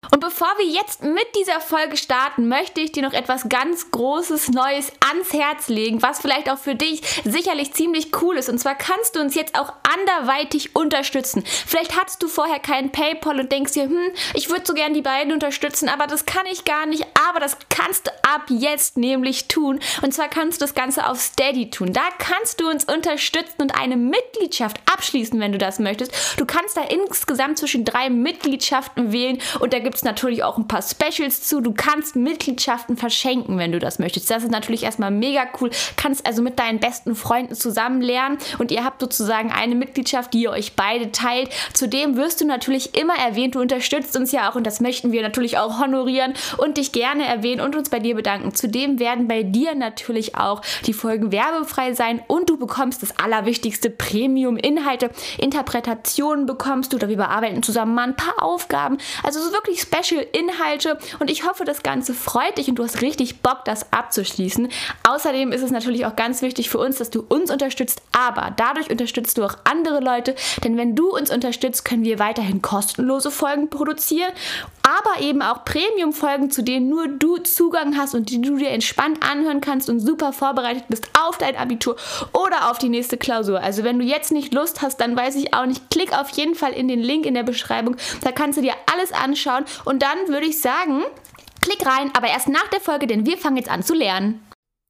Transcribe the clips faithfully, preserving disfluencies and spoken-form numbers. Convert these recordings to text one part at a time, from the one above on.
Und bevor wir jetzt mit dieser Folge starten, möchte ich dir noch etwas ganz Großes, Neues ans Herz legen, was vielleicht auch für dich sicherlich ziemlich cool ist. Und zwar kannst du uns jetzt auch anderweitig unterstützen. Vielleicht hattest du vorher keinen PayPal und denkst dir, hm, ich würde so gern die beiden unterstützen, aber das kann ich gar nicht. Aber das kannst du ab jetzt nämlich tun. Und zwar kannst du das Ganze auf Steady tun. Da kannst du uns unterstützen und eine Mitgliedschaft abschließen, wenn du das möchtest. Du kannst da insgesamt zwischen drei Mitgliedschaften wählen und da gibt es natürlich auch ein paar Specials zu. Du kannst Mitgliedschaften verschenken, wenn du das möchtest. Das ist natürlich erstmal mega cool. Kannst also mit deinen besten Freunden zusammen lernen und ihr habt sozusagen eine Mitgliedschaft, die ihr euch beide teilt. Zudem wirst du natürlich immer erwähnt. Du unterstützt uns ja auch und das möchten wir natürlich auch honorieren und dich gerne erwähnen und uns bei dir bedanken. Zudem werden bei dir natürlich auch die Folgen werbefrei sein und du bekommst das Allerwichtigste, Premium-Inhalte, Interpretationen bekommst du, oder wir bearbeiten zusammen mal ein paar Aufgaben. Also so wirklich Special-Inhalte und ich hoffe, das Ganze freut dich und du hast richtig Bock, das abzuschließen. Außerdem ist es natürlich auch ganz wichtig für uns, dass du uns unterstützt, aber dadurch unterstützt du auch andere Leute, denn wenn du uns unterstützt, können wir weiterhin kostenlose Folgen produzieren, aber eben auch Premium-Folgen, zu denen nur du Zugang hast und die du dir entspannt anhören kannst und super vorbereitet bist auf dein Abitur oder auf die nächste Klausur. Also wenn du jetzt nicht Lust hast, dann weiß ich auch nicht, klick auf jeden Fall in den Link in der Beschreibung, da kannst du dir alles anschauen und dann würde ich sagen, klick rein, aber erst nach der Folge, denn wir fangen jetzt an zu lernen.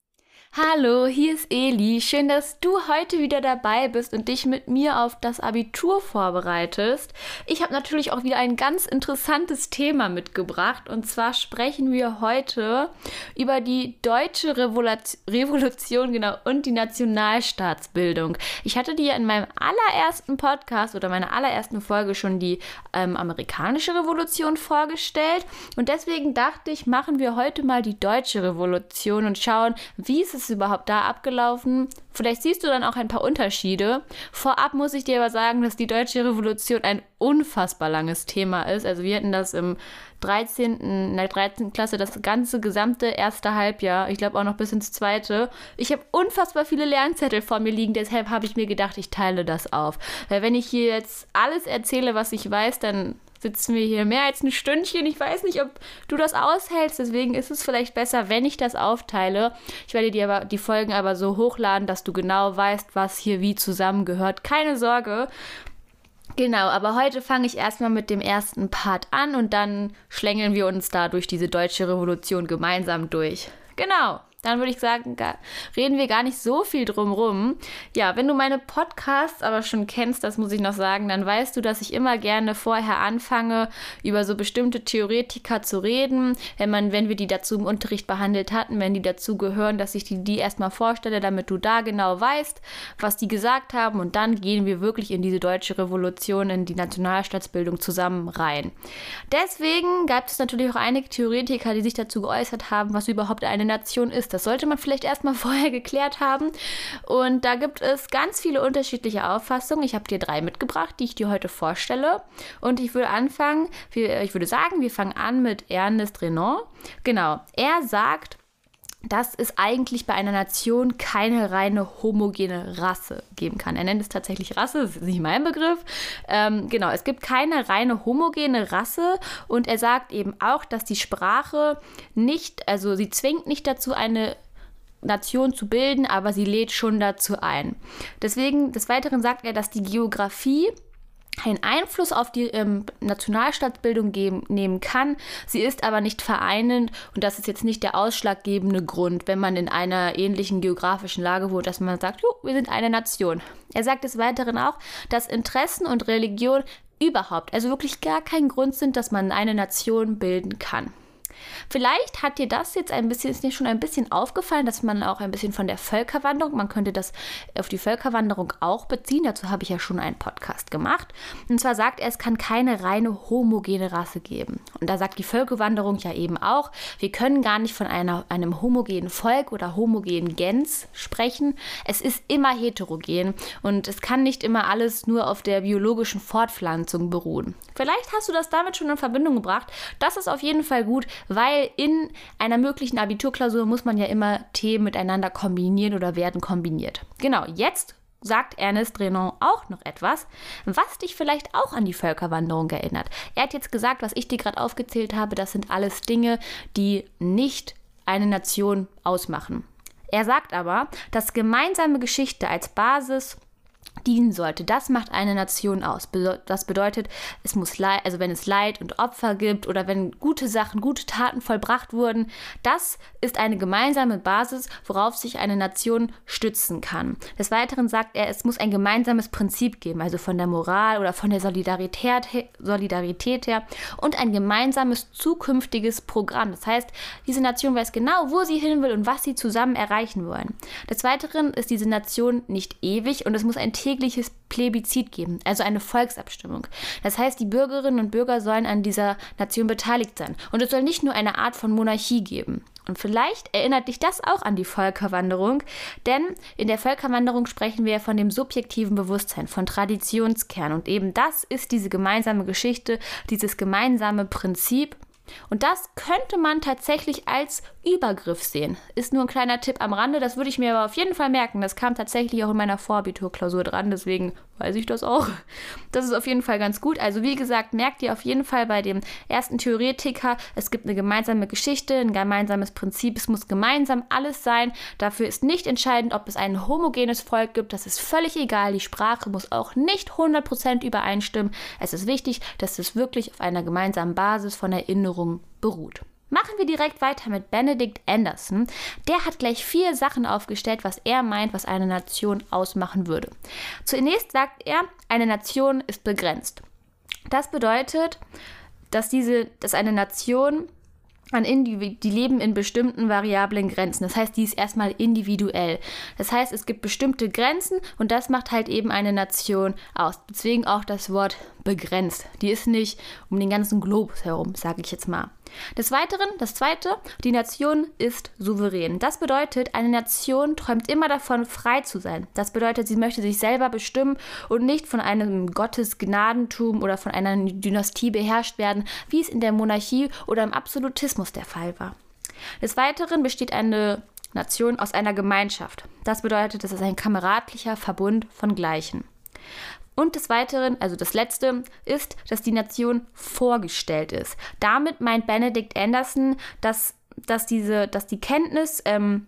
Hallo, hier ist Eli. Schön, dass du heute wieder dabei bist und dich mit mir auf das Abitur vorbereitest. Ich habe natürlich auch wieder ein ganz interessantes Thema mitgebracht und zwar sprechen wir heute über die deutsche Revolut- Revolution genau, und die Nationalstaatsbildung. Ich hatte dir in meinem allerersten Podcast oder meiner allerersten Folge schon die ähm, amerikanische Revolution vorgestellt und deswegen dachte ich, machen wir heute mal die deutsche Revolution und schauen, wie ist es überhaupt da abgelaufen. Vielleicht siehst du dann auch ein paar Unterschiede. Vorab muss ich dir aber sagen, dass die deutsche Revolution ein unfassbar langes Thema ist. Also wir hatten das im dreizehnten in der dreizehnten Klasse, das ganze gesamte erste Halbjahr, ich glaube auch noch bis ins zweite. Ich habe unfassbar viele Lernzettel vor mir liegen, deshalb habe ich mir gedacht, ich teile das auf. Weil wenn ich hier jetzt alles erzähle, was ich weiß, dann sitzen wir hier mehr als ein Stündchen. Ich weiß nicht, ob du das aushältst. Deswegen ist es vielleicht besser, wenn ich das aufteile. Ich werde dir aber die Folgen aber so hochladen, dass du genau weißt, was hier wie zusammengehört. Keine Sorge. Genau, aber heute fange ich erstmal mit dem ersten Part an und dann schlängeln wir uns da durch diese deutsche Revolution gemeinsam durch. Genau. Dann würde ich sagen, gar, reden wir gar nicht so viel drum rum. Ja, wenn du meine Podcasts aber schon kennst, das muss ich noch sagen, dann weißt du, dass ich immer gerne vorher anfange, über so bestimmte Theoretiker zu reden. Wenn man, wenn wir die dazu im Unterricht behandelt hatten, wenn die dazu gehören, dass ich die, die erstmal vorstelle, damit du da genau weißt, was die gesagt haben. Und dann gehen wir wirklich in diese deutsche Revolution, in die Nationalstaatsbildung zusammen rein. Deswegen gab es natürlich auch einige Theoretiker, die sich dazu geäußert haben, was überhaupt eine Nation ist. Das sollte man vielleicht erstmal vorher geklärt haben. Und da gibt es ganz viele unterschiedliche Auffassungen. Ich habe dir drei mitgebracht, die ich dir heute vorstelle. Und ich würde anfangen, ich würde sagen, wir fangen an mit Ernest Renan. Genau, er sagt, dass es eigentlich bei einer Nation keine reine homogene Rasse geben kann. Er nennt es tatsächlich Rasse, das ist nicht mein Begriff. Ähm, genau, es gibt keine reine homogene Rasse und er sagt eben auch, dass die Sprache nicht, also sie zwingt nicht dazu, eine Nation zu bilden, aber sie lädt schon dazu ein. Deswegen, des Weiteren sagt er, dass die Geografie einen Einfluss auf die ähm, Nationalstaatsbildung geben, nehmen kann. Sie ist aber nicht vereinend und das ist jetzt nicht der ausschlaggebende Grund, wenn man in einer ähnlichen geografischen Lage wohnt, dass man sagt, jo, wir sind eine Nation. Er sagt des Weiteren auch, dass Interessen und Religion überhaupt, also wirklich gar kein Grund sind, dass man eine Nation bilden kann. Vielleicht hat dir das jetzt ein bisschen, ist dir schon ein bisschen aufgefallen, dass man auch ein bisschen von der Völkerwanderung, man könnte das auf die Völkerwanderung auch beziehen, dazu habe ich ja schon einen Podcast gemacht. Und zwar sagt er, es kann keine reine homogene Rasse geben. Und da sagt die Völkerwanderung ja eben auch, wir können gar nicht von einer, einem homogenen Volk oder homogenen Gens sprechen. Es ist immer heterogen und es kann nicht immer alles nur auf der biologischen Fortpflanzung beruhen. Vielleicht hast du das damit schon in Verbindung gebracht. Das ist auf jeden Fall gut, weil in einer möglichen Abiturklausur muss man ja immer Themen miteinander kombinieren oder werden kombiniert. Genau, jetzt sagt Ernest Renan auch noch etwas, was dich vielleicht auch an die Völkerwanderung erinnert. Er hat jetzt gesagt, was ich dir gerade aufgezählt habe, das sind alles Dinge, die nicht eine Nation ausmachen. Er sagt aber, dass gemeinsame Geschichte als Basis dienen sollte. Das macht eine Nation aus. Das bedeutet, es muss Leid, also wenn es Leid und Opfer gibt oder wenn gute Sachen, gute Taten vollbracht wurden, das ist eine gemeinsame Basis, worauf sich eine Nation stützen kann. Des Weiteren sagt er, es muss ein gemeinsames Prinzip geben, also von der Moral oder von der Solidarität, Solidarität her und ein gemeinsames zukünftiges Programm. Das heißt, diese Nation weiß genau, wo sie hin will und was sie zusammen erreichen wollen. Des Weiteren ist diese Nation nicht ewig und es muss ein tägliches Plebiszit geben, also eine Volksabstimmung. Das heißt, die Bürgerinnen und Bürger sollen an dieser Nation beteiligt sein. Und es soll nicht nur eine Art von Monarchie geben. Und vielleicht erinnert dich das auch an die Völkerwanderung, denn in der Völkerwanderung sprechen wir ja von dem subjektiven Bewusstsein, von Traditionskern. Und eben das ist diese gemeinsame Geschichte, dieses gemeinsame Prinzip. Und das könnte man tatsächlich als Übergriff sehen. Ist nur ein kleiner Tipp am Rande, das würde ich mir aber auf jeden Fall merken. Das kam tatsächlich auch in meiner Vorabiturklausur dran, deswegen weiß ich das auch. Das ist auf jeden Fall ganz gut. Also wie gesagt, merkt ihr auf jeden Fall bei dem ersten Theoretiker, es gibt eine gemeinsame Geschichte, ein gemeinsames Prinzip, es muss gemeinsam alles sein. Dafür ist nicht entscheidend, ob es ein homogenes Volk gibt, das ist völlig egal. Die Sprache muss auch nicht hundert Prozent übereinstimmen. Es ist wichtig, dass es wirklich auf einer gemeinsamen Basis von Erinnerung beruht. Machen wir direkt weiter mit Benedict Anderson. Der hat gleich vier Sachen aufgestellt, was er meint, was eine Nation ausmachen würde. Zunächst sagt er, eine Nation ist begrenzt. Das bedeutet, dass, diese, dass eine Nation an Individ- die leben in bestimmten variablen Grenzen. Das heißt, die ist erstmal individuell. Das heißt, es gibt bestimmte Grenzen und das macht halt eben eine Nation aus. Deswegen auch das Wort begrenzt. Die ist nicht um den ganzen Globus herum, sage ich jetzt mal. Des Weiteren, das Zweite, die Nation ist souverän. Das bedeutet, eine Nation träumt immer davon, frei zu sein. Das bedeutet, sie möchte sich selber bestimmen und nicht von einem Gottesgnadentum oder von einer Dynastie beherrscht werden, wie es in der Monarchie oder im Absolutismus der Fall war. Des Weiteren besteht eine Nation aus einer Gemeinschaft. Das bedeutet, es ist ein kameradlicher Verbund von Gleichen. Und des Weiteren, also das Letzte, ist, dass die Nation vorgestellt ist. Damit meint Benedict Anderson, dass, dass, diese, dass die Kenntnis ähm,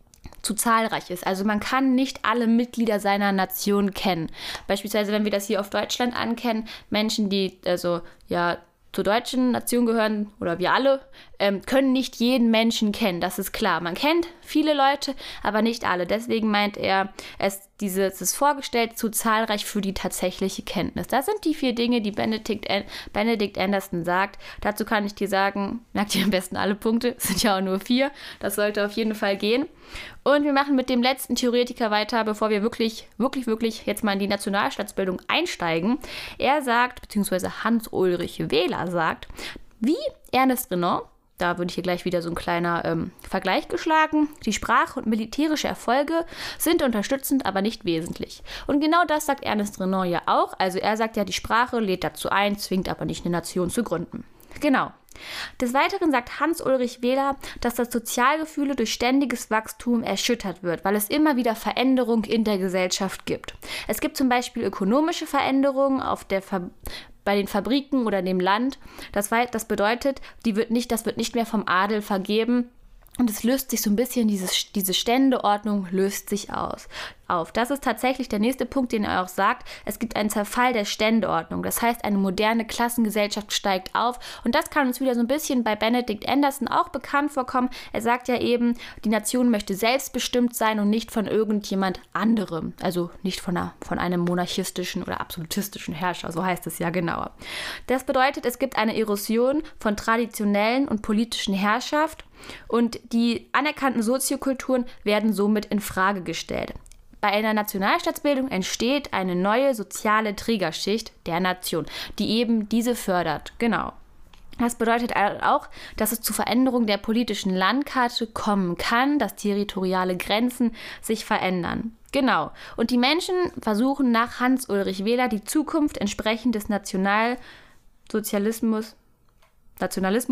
zu zahlreich ist. Also man kann nicht alle Mitglieder seiner Nation kennen. Beispielsweise, wenn wir das hier auf Deutschland ankennen, Menschen, die also ja zur deutschen Nation gehören, oder wir alle, ähm, können nicht jeden Menschen kennen, das ist klar. Man kennt viele Leute, aber nicht alle. Deswegen meint er, es, diese, es ist vorgestellt zu zahlreich für die tatsächliche Kenntnis. Das sind die vier Dinge, die Benedict, Benedict Anderson sagt. Dazu kann ich dir sagen, merkt ihr am besten alle Punkte, es sind ja auch nur vier, das sollte auf jeden Fall gehen. Und wir machen mit dem letzten Theoretiker weiter, bevor wir wirklich, wirklich, wirklich jetzt mal in die Nationalstaatsbildung einsteigen. Er sagt, beziehungsweise Hans-Ulrich Wähler sagt, wie Ernest Renan, da würde ich hier gleich wieder so ein kleiner ähm, Vergleich geschlagen, die Sprache und militärische Erfolge sind unterstützend, aber nicht wesentlich. Und genau das sagt Ernest Renan ja auch. Also er sagt ja, die Sprache lädt dazu ein, zwingt aber nicht eine Nation zu gründen. Genau. Des Weiteren sagt Hans-Ulrich Wähler, dass das Sozialgefüge durch ständiges Wachstum erschüttert wird, weil es immer wieder Veränderung in der Gesellschaft gibt. Es gibt zum Beispiel ökonomische Veränderungen auf der Ver- bei den Fabriken oder dem Land. Das, das bedeutet, die wird nicht, das wird nicht mehr vom Adel vergeben. Und es löst sich so ein bisschen, dieses, diese Ständeordnung löst sich aus, auf. Das ist tatsächlich der nächste Punkt, den er auch sagt. Es gibt einen Zerfall der Ständeordnung. Das heißt, eine moderne Klassengesellschaft steigt auf. Und das kann uns wieder so ein bisschen bei Benedict Anderson auch bekannt vorkommen. Er sagt ja eben, die Nation möchte selbstbestimmt sein und nicht von irgendjemand anderem. Also nicht von, einer, von einem monarchistischen oder absolutistischen Herrscher. So heißt es ja genauer. Das bedeutet, es gibt eine Erosion von traditionellen und politischen Herrschaft. Und die anerkannten Soziokulturen werden somit in Frage gestellt. Bei einer Nationalstaatsbildung entsteht eine neue soziale Trägerschicht der Nation, die eben diese fördert. Genau. Das bedeutet auch, dass es zu Veränderungen der politischen Landkarte kommen kann, dass territoriale Grenzen sich verändern. Genau. Und die Menschen versuchen nach Hans-Ulrich Wähler die Zukunft entsprechend des Nationalsozialismus Nationalismus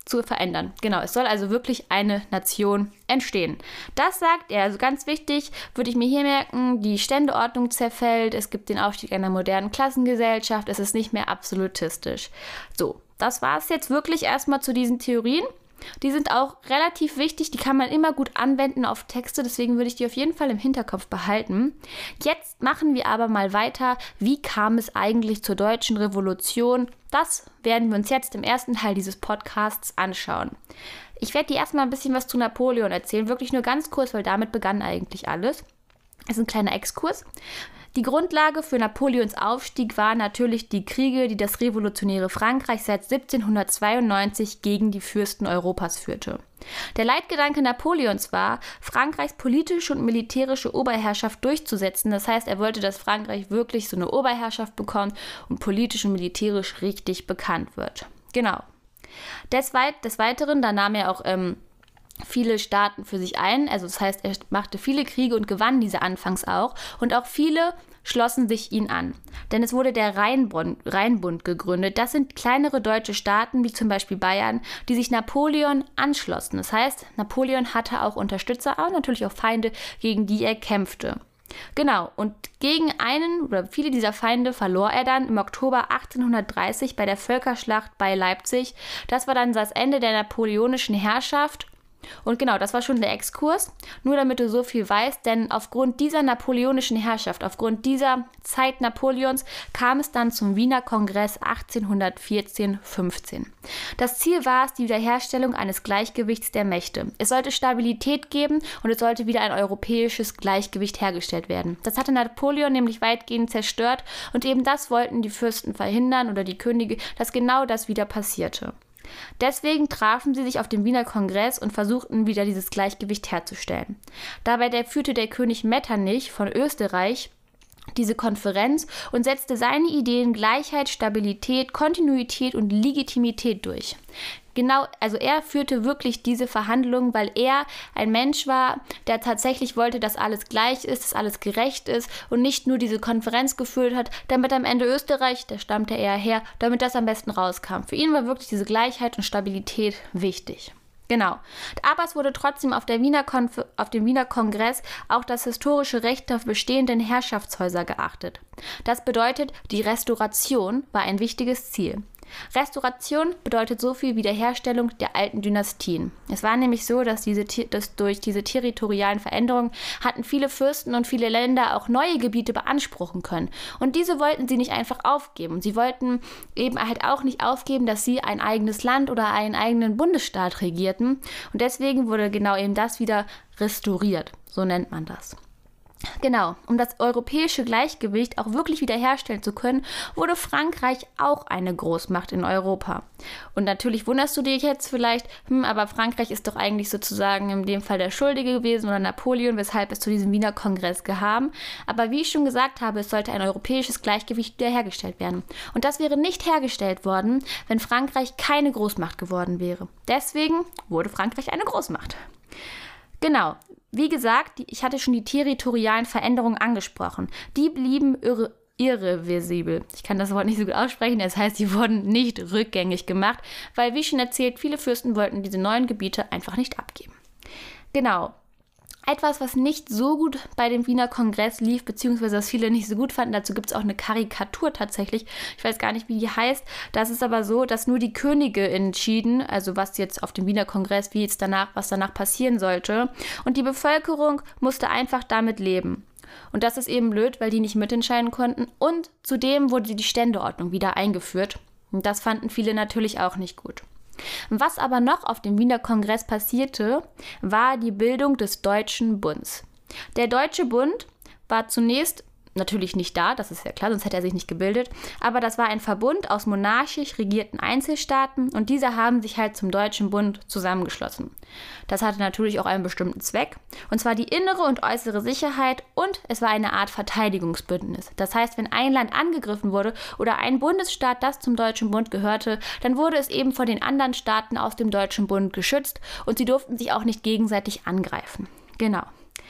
zu verändern. Genau, es soll also wirklich eine Nation entstehen. Das sagt er, also ganz wichtig, würde ich mir hier merken, die Ständeordnung zerfällt, es gibt den Aufstieg einer modernen Klassengesellschaft, es ist nicht mehr absolutistisch. So, das war es jetzt wirklich erstmal zu diesen Theorien. Die sind auch relativ wichtig, die kann man immer gut anwenden auf Texte, deswegen würde ich die auf jeden Fall im Hinterkopf behalten. Jetzt machen wir aber mal weiter, wie kam es eigentlich zur Deutschen Revolution? Das werden wir uns jetzt im ersten Teil dieses Podcasts anschauen. Ich werde dir erstmal ein bisschen was zu Napoleon erzählen, wirklich nur ganz kurz, weil damit begann eigentlich alles. Das ist ein kleiner Exkurs. Die Grundlage für Napoleons Aufstieg waren natürlich die Kriege, die das revolutionäre Frankreich seit siebzehnhundertzweiundneunzig gegen die Fürsten Europas führte. Der Leitgedanke Napoleons war, Frankreichs politische und militärische Oberherrschaft durchzusetzen. Das heißt, er wollte, dass Frankreich wirklich so eine Oberherrschaft bekommt und politisch und militärisch richtig bekannt wird. Genau. Des, Weit- des Weiteren, da nahm er auch ähm, viele Staaten für sich ein, also das heißt, er machte viele Kriege und gewann diese anfangs auch und auch viele schlossen sich ihn an. Denn es wurde der Rheinbund, Rheinbund gegründet. Das sind kleinere deutsche Staaten, wie zum Beispiel Bayern, die sich Napoleon anschlossen. Das heißt, Napoleon hatte auch Unterstützer, aber natürlich auch Feinde, gegen die er kämpfte. Genau, und gegen einen oder viele dieser Feinde verlor er dann im Oktober achtzehnhundertdreißig bei der Völkerschlacht bei Leipzig. Das war dann das Ende der napoleonischen Herrschaft. Und genau, das war schon der Exkurs, nur damit du so viel weißt, denn aufgrund dieser napoleonischen Herrschaft, aufgrund dieser Zeit Napoleons kam es dann zum Wiener Kongress achtzehnhundertvierzehn fünfzehn. Das Ziel war es, die Wiederherstellung eines Gleichgewichts der Mächte. Es sollte Stabilität geben und es sollte wieder ein europäisches Gleichgewicht hergestellt werden. Das hatte Napoleon nämlich weitgehend zerstört und eben das wollten die Fürsten verhindern oder die Könige, dass genau das wieder passierte. Deswegen trafen sie sich auf dem Wiener Kongress und versuchten wieder dieses Gleichgewicht herzustellen. Dabei der führte der König Metternich von Österreich diese Konferenz und setzte seine Ideen Gleichheit, Stabilität, Kontinuität und Legitimität durch. Genau, also er führte wirklich diese Verhandlungen, weil er ein Mensch war, der tatsächlich wollte, dass alles gleich ist, dass alles gerecht ist und nicht nur diese Konferenz geführt hat, damit am Ende Österreich, da stammte er her, damit das am besten rauskam. Für ihn war wirklich diese Gleichheit und Stabilität wichtig. Genau. Aber es wurde trotzdem auf, der Wiener Konf- auf dem Wiener Kongress auch das historische Recht auf bestehenden Herrschaftshäuser geachtet. Das bedeutet, die Restauration war ein wichtiges Ziel. Restauration bedeutet so viel wie Wiederherstellung der alten Dynastien. Es war nämlich so, dass, diese, dass durch diese territorialen Veränderungen hatten viele Fürsten und viele Länder auch neue Gebiete beanspruchen können. Und diese wollten sie nicht einfach aufgeben. Sie wollten eben halt auch nicht aufgeben, dass sie ein eigenes Land oder einen eigenen Bundesstaat regierten. Und deswegen wurde genau eben das wieder restauriert. So nennt man das. Genau, um das europäische Gleichgewicht auch wirklich wiederherstellen zu können, wurde Frankreich auch eine Großmacht in Europa. Und natürlich wunderst du dich jetzt vielleicht, hm, aber Frankreich ist doch eigentlich sozusagen in dem Fall der Schuldige gewesen oder Napoleon, weshalb es zu diesem Wiener Kongress kam. Aber wie ich schon gesagt habe, es sollte ein europäisches Gleichgewicht wiederhergestellt werden. Und das wäre nicht hergestellt worden, wenn Frankreich keine Großmacht geworden wäre. Deswegen wurde Frankreich eine Großmacht. Genau. Wie gesagt, ich hatte schon die territorialen Veränderungen angesprochen. Die blieben irre, irreversibel. Ich kann das Wort nicht so gut aussprechen, das heißt, sie wurden nicht rückgängig gemacht, weil, wie schon erzählt, viele Fürsten wollten diese neuen Gebiete einfach nicht abgeben. Genau. Etwas, was nicht so gut bei dem Wiener Kongress lief, beziehungsweise was viele nicht so gut fanden, dazu gibt es auch eine Karikatur tatsächlich. Ich weiß gar nicht, wie die heißt. Das ist aber so, dass nur die Könige entschieden, also was jetzt auf dem Wiener Kongress, wie jetzt danach, was danach passieren sollte. Und die Bevölkerung musste einfach damit leben. Und das ist eben blöd, weil die nicht mitentscheiden konnten. Und zudem wurde die Ständeordnung wieder eingeführt. Und das fanden viele natürlich auch nicht gut. Was aber noch auf dem Wiener Kongress passierte, war die Bildung des Deutschen Bunds. Der Deutsche Bund war zunächst natürlich nicht da, das ist ja klar, sonst hätte er sich nicht gebildet, aber das war ein Verbund aus monarchisch regierten Einzelstaaten und diese haben sich halt zum Deutschen Bund zusammengeschlossen. Das hatte natürlich auch einen bestimmten Zweck, und zwar die innere und äußere Sicherheit, und es war eine Art Verteidigungsbündnis. Das heißt, wenn ein Land angegriffen wurde oder ein Bundesstaat, das zum Deutschen Bund gehörte, dann wurde es eben von den anderen Staaten aus dem Deutschen Bund geschützt und sie durften sich auch nicht gegenseitig angreifen. Genau.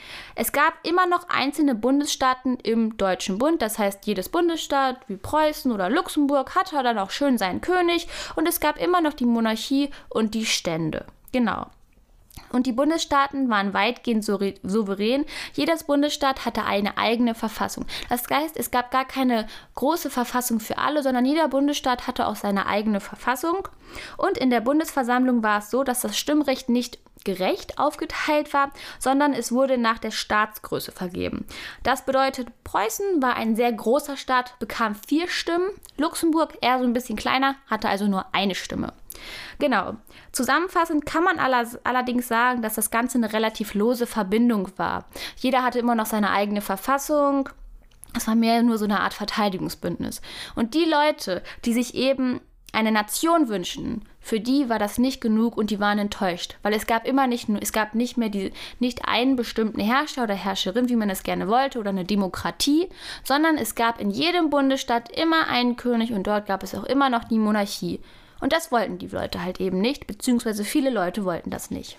Es gab immer noch einzelne Bundesstaaten im Deutschen Bund, das heißt, jedes Bundesstaat wie Preußen oder Luxemburg hatte dann auch schön seinen König und es gab immer noch die Monarchie und die Stände. Genau. Und die Bundesstaaten waren weitgehend souverän. Jedes Bundesstaat hatte eine eigene Verfassung. Das heißt, es gab gar keine große Verfassung für alle, sondern jeder Bundesstaat hatte auch seine eigene Verfassung. Und in der Bundesversammlung war es so, dass das Stimmrecht nicht gerecht aufgeteilt war, sondern es wurde nach der Staatsgröße vergeben. Das bedeutet, Preußen war ein sehr großer Staat, bekam vier Stimmen. Luxemburg, eher so ein bisschen kleiner, hatte also nur eine Stimme. Genau. Zusammenfassend kann man allerdings sagen, dass das Ganze eine relativ lose Verbindung war. Jeder hatte immer noch seine eigene Verfassung. Es war mehr nur so eine Art Verteidigungsbündnis. Und die Leute, die sich eben eine Nation wünschen, für die war das nicht genug und die waren enttäuscht, weil es gab immer nicht, es gab nicht mehr die, nicht einen bestimmten Herrscher oder Herrscherin, wie man es gerne wollte, oder eine Demokratie, sondern es gab in jedem Bundesstaat immer einen König und dort gab es auch immer noch die Monarchie. Und das wollten die Leute halt eben nicht, beziehungsweise viele Leute wollten das nicht.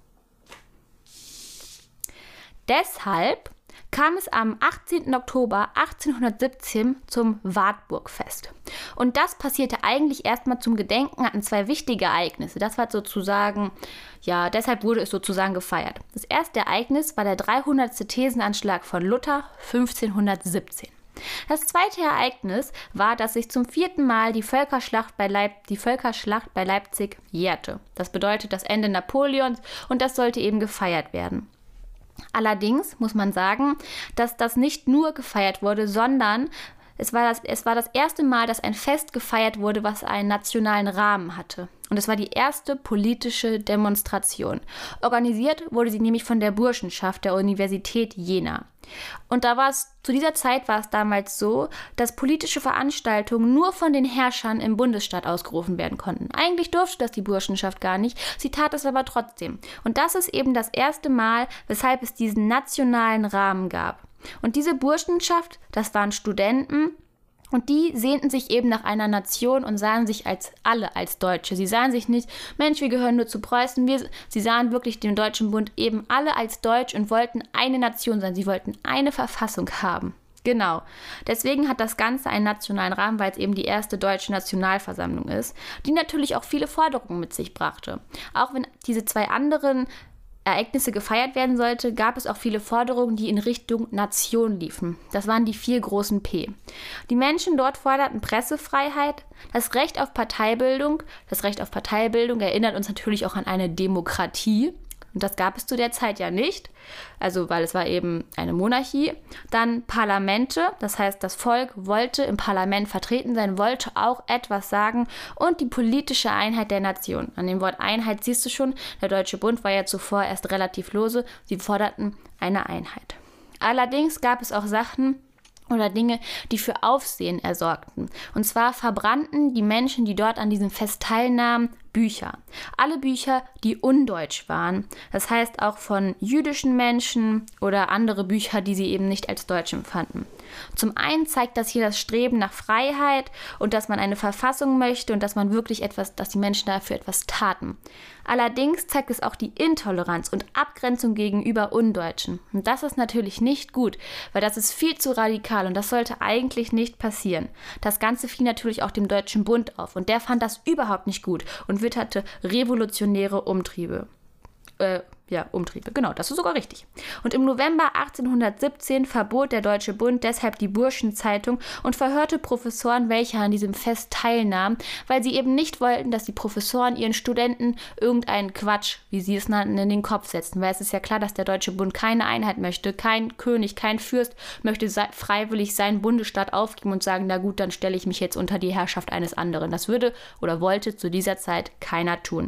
Deshalb kam es am achtzehnten Oktober achtzehnhundertsiebzehn zum Wartburgfest. Und das passierte eigentlich erstmal zum Gedenken an zwei wichtige Ereignisse. Das war sozusagen, ja, deshalb wurde es sozusagen gefeiert. Das erste Ereignis war der dreihundertste Thesenanschlag von Luther fünfzehnhundertsiebzehn. Das zweite Ereignis war, dass sich zum vierten Mal die Völkerschlacht bei, Leip- die Völkerschlacht bei Leipzig jährte. Das bedeutet das Ende Napoleons und das sollte eben gefeiert werden. Allerdings muss man sagen, dass das nicht nur gefeiert wurde, sondern es war das, es war das erste Mal, dass ein Fest gefeiert wurde, was einen nationalen Rahmen hatte. Und es war die erste politische Demonstration. Organisiert wurde sie nämlich von der Burschenschaft der Universität Jena. Und da war es, zu dieser Zeit war es damals so, dass politische Veranstaltungen nur von den Herrschern im Bundesstaat ausgerufen werden konnten. Eigentlich durfte das die Burschenschaft gar nicht, sie tat es aber trotzdem. Und das ist eben das erste Mal, weshalb es diesen nationalen Rahmen gab. Und diese Burschenschaft, das waren Studenten, und die sehnten sich eben nach einer Nation und sahen sich als alle als Deutsche. Sie sahen sich nicht, Mensch, wir gehören nur zu Preußen. Wir, sie sahen wirklich den Deutschen Bund eben alle als Deutsch und wollten eine Nation sein. Sie wollten eine Verfassung haben. Genau. Deswegen hat das Ganze einen nationalen Rahmen, weil es eben die erste deutsche Nationalversammlung ist, die natürlich auch viele Forderungen mit sich brachte. Auch wenn diese zwei anderen Ereignisse gefeiert werden sollte, gab es auch viele Forderungen, die in Richtung Nation liefen. Das waren die vier großen P. Die Menschen dort forderten Pressefreiheit, das Recht auf Parteibildung. Das Recht auf Parteibildung erinnert uns natürlich auch an eine Demokratie. Und das gab es zu der Zeit ja nicht, also weil es war eben eine Monarchie. Dann Parlamente, das heißt, das Volk wollte im Parlament vertreten sein, wollte auch etwas sagen und die politische Einheit der Nation. An dem Wort Einheit siehst du schon, der Deutsche Bund war ja zuvor erst relativ lose, sie forderten eine Einheit. Allerdings gab es auch Sachen oder Dinge, die für Aufsehen ersorgten. Und zwar verbrannten die Menschen, die dort an diesem Fest teilnahmen, Bücher. Alle Bücher, die undeutsch waren. Das heißt auch von jüdischen Menschen oder andere Bücher, die sie eben nicht als deutsch empfanden. Zum einen zeigt das hier das Streben nach Freiheit und dass man eine Verfassung möchte und dass man wirklich etwas, dass die Menschen dafür etwas taten. Allerdings zeigt es auch die Intoleranz und Abgrenzung gegenüber Undeutschen. Und das ist natürlich nicht gut, weil das ist viel zu radikal und das sollte eigentlich nicht passieren. Das Ganze fiel natürlich auch dem Deutschen Bund auf und der fand das überhaupt nicht gut und witterte revolutionäre Umtriebe. Äh, ja, Umtriebe, genau, das ist sogar richtig. Und im November achtzehnhundertsiebzehn verbot der Deutsche Bund deshalb die Burschenzeitung und verhörte Professoren, welche an diesem Fest teilnahmen, weil sie eben nicht wollten, dass die Professoren ihren Studenten irgendeinen Quatsch, wie sie es nannten, in den Kopf setzen. Weil es ist ja klar, dass der Deutsche Bund keine Einheit möchte, kein König, kein Fürst möchte se- freiwillig seinen Bundesstaat aufgeben und sagen, na gut, dann stelle ich mich jetzt unter die Herrschaft eines anderen. Das würde oder wollte zu dieser Zeit keiner tun.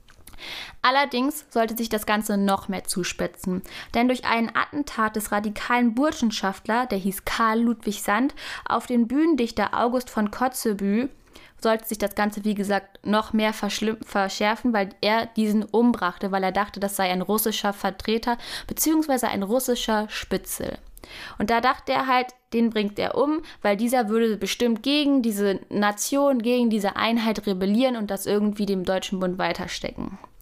Allerdings sollte sich das Ganze noch mehr zuspitzen, denn durch einen Attentat des radikalen Burschenschaftler, der hieß Karl Ludwig Sand, auf den Bühnendichter August von Kotzebue, sollte sich das Ganze, wie gesagt, noch mehr verschlimm- verschärfen, weil er diesen umbrachte, weil er dachte, das sei ein russischer Vertreter bzw. ein russischer Spitzel. Und da dachte er halt, den bringt er um, weil dieser würde bestimmt gegen diese Nation, gegen diese Einheit rebellieren und das irgendwie dem Deutschen Bund weiterstecken.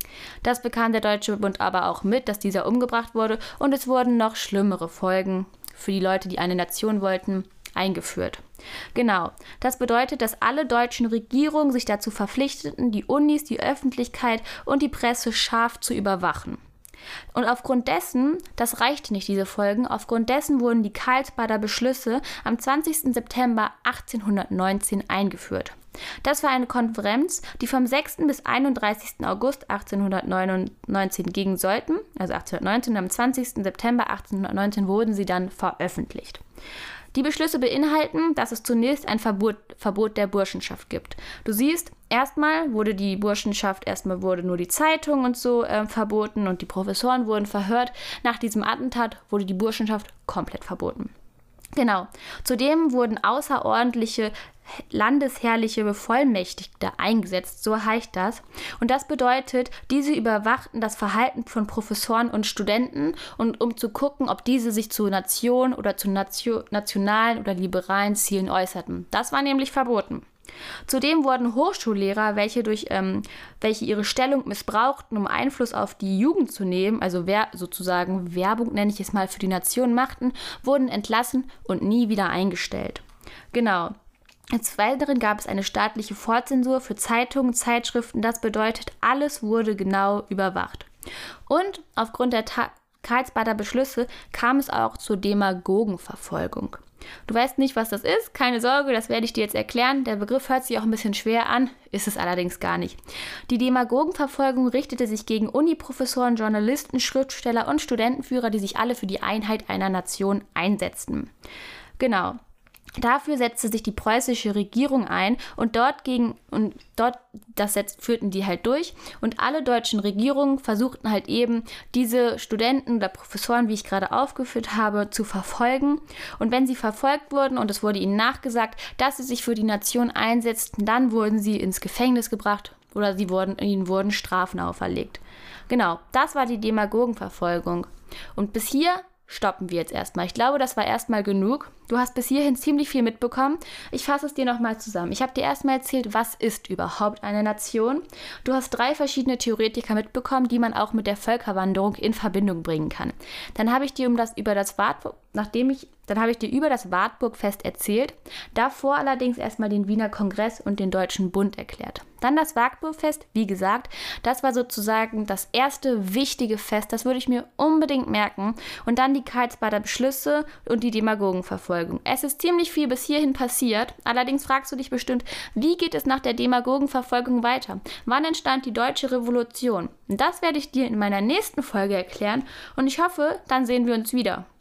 Das bekam der Deutsche Bund aber auch mit, dass dieser umgebracht wurde, und es wurden noch schlimmere Folgen für die Leute, die eine Nation wollten, eingeführt. Genau, das bedeutet, dass alle deutschen Regierungen sich dazu verpflichteten, die Unis, die Öffentlichkeit und die Presse scharf zu überwachen. Und aufgrund dessen, das reichte nicht, diese Folgen, aufgrund dessen wurden die Karlsbader Beschlüsse am zwanzigsten September achtzehnhundertneunzehn eingeführt. Das war eine Konferenz, die vom sechsten bis einunddreißigsten August achtzehnhundertneunzehn gingen sollten, also achtzehnhundertneunzehn, und am zwanzigsten September achtzehnhundertneunzehn wurden sie dann veröffentlicht. Die Beschlüsse beinhalten, dass es zunächst ein Verbot, Verbot der Burschenschaft gibt. Du siehst, erstmal wurde die Burschenschaft, erstmal wurde nur die Zeitung und so äh, verboten und die Professoren wurden verhört. Nach diesem Attentat wurde die Burschenschaft komplett verboten. Genau. Zudem wurden außerordentliche landesherrliche Bevollmächtigte eingesetzt, so heißt das. Und das bedeutet, diese überwachten das Verhalten von Professoren und Studenten, und um zu gucken, ob diese sich zu Nation oder zu Nation, nationalen oder liberalen Zielen äußerten. Das war nämlich verboten. Zudem wurden Hochschullehrer, welche, durch, ähm, welche ihre Stellung missbrauchten, um Einfluss auf die Jugend zu nehmen, also wer, sozusagen Werbung, nenne ich es mal, für die Nation machten, wurden entlassen und nie wieder eingestellt. Genau. Des Weiteren gab es eine staatliche Vorzensur für Zeitungen, Zeitschriften. Das bedeutet, alles wurde genau überwacht. Und aufgrund der Ta- Karlsbader Beschlüsse kam es auch zur Demagogenverfolgung. Du weißt nicht, was das ist? Keine Sorge, das werde ich dir jetzt erklären. Der Begriff hört sich auch ein bisschen schwer an, ist es allerdings gar nicht. Die Demagogenverfolgung richtete sich gegen Uniprofessoren, Journalisten, Schriftsteller und Studentenführer, die sich alle für die Einheit einer Nation einsetzten. Genau. Dafür setzte sich die preußische Regierung ein, und dort gegen und dort das setzt, führten die halt durch, und alle deutschen Regierungen versuchten halt eben, diese Studenten oder Professoren, wie ich gerade aufgeführt habe, zu verfolgen. Und wenn sie verfolgt wurden und es wurde ihnen nachgesagt, dass sie sich für die Nation einsetzten, dann wurden sie ins Gefängnis gebracht oder sie wurden, ihnen wurden Strafen auferlegt. Genau, das war die Demagogenverfolgung. Und bis hier stoppen wir jetzt erstmal. Ich glaube, das war erstmal genug. Du hast bis hierhin ziemlich viel mitbekommen. Ich fasse es dir nochmal zusammen. Ich habe dir erstmal erzählt, was ist überhaupt eine Nation. Du hast drei verschiedene Theoretiker mitbekommen, die man auch mit der Völkerwanderung in Verbindung bringen kann. Dann habe ich dir um das über das Wartburg, nachdem ich, dann habe ich dir über das Wartburgfest erzählt. Davor allerdings erstmal den Wiener Kongress und den Deutschen Bund erklärt. Dann das Wartburgfest, wie gesagt, das war sozusagen das erste wichtige Fest, das würde ich mir unbedingt merken. Und dann die Karlsbader Beschlüsse und die Demagogenverfolgung. Es ist ziemlich viel bis hierhin passiert, allerdings fragst du dich bestimmt, wie geht es nach der Demagogenverfolgung weiter? Wann entstand die Deutsche Revolution? Und das werde ich dir in meiner nächsten Folge erklären, und ich hoffe, dann sehen wir uns wieder.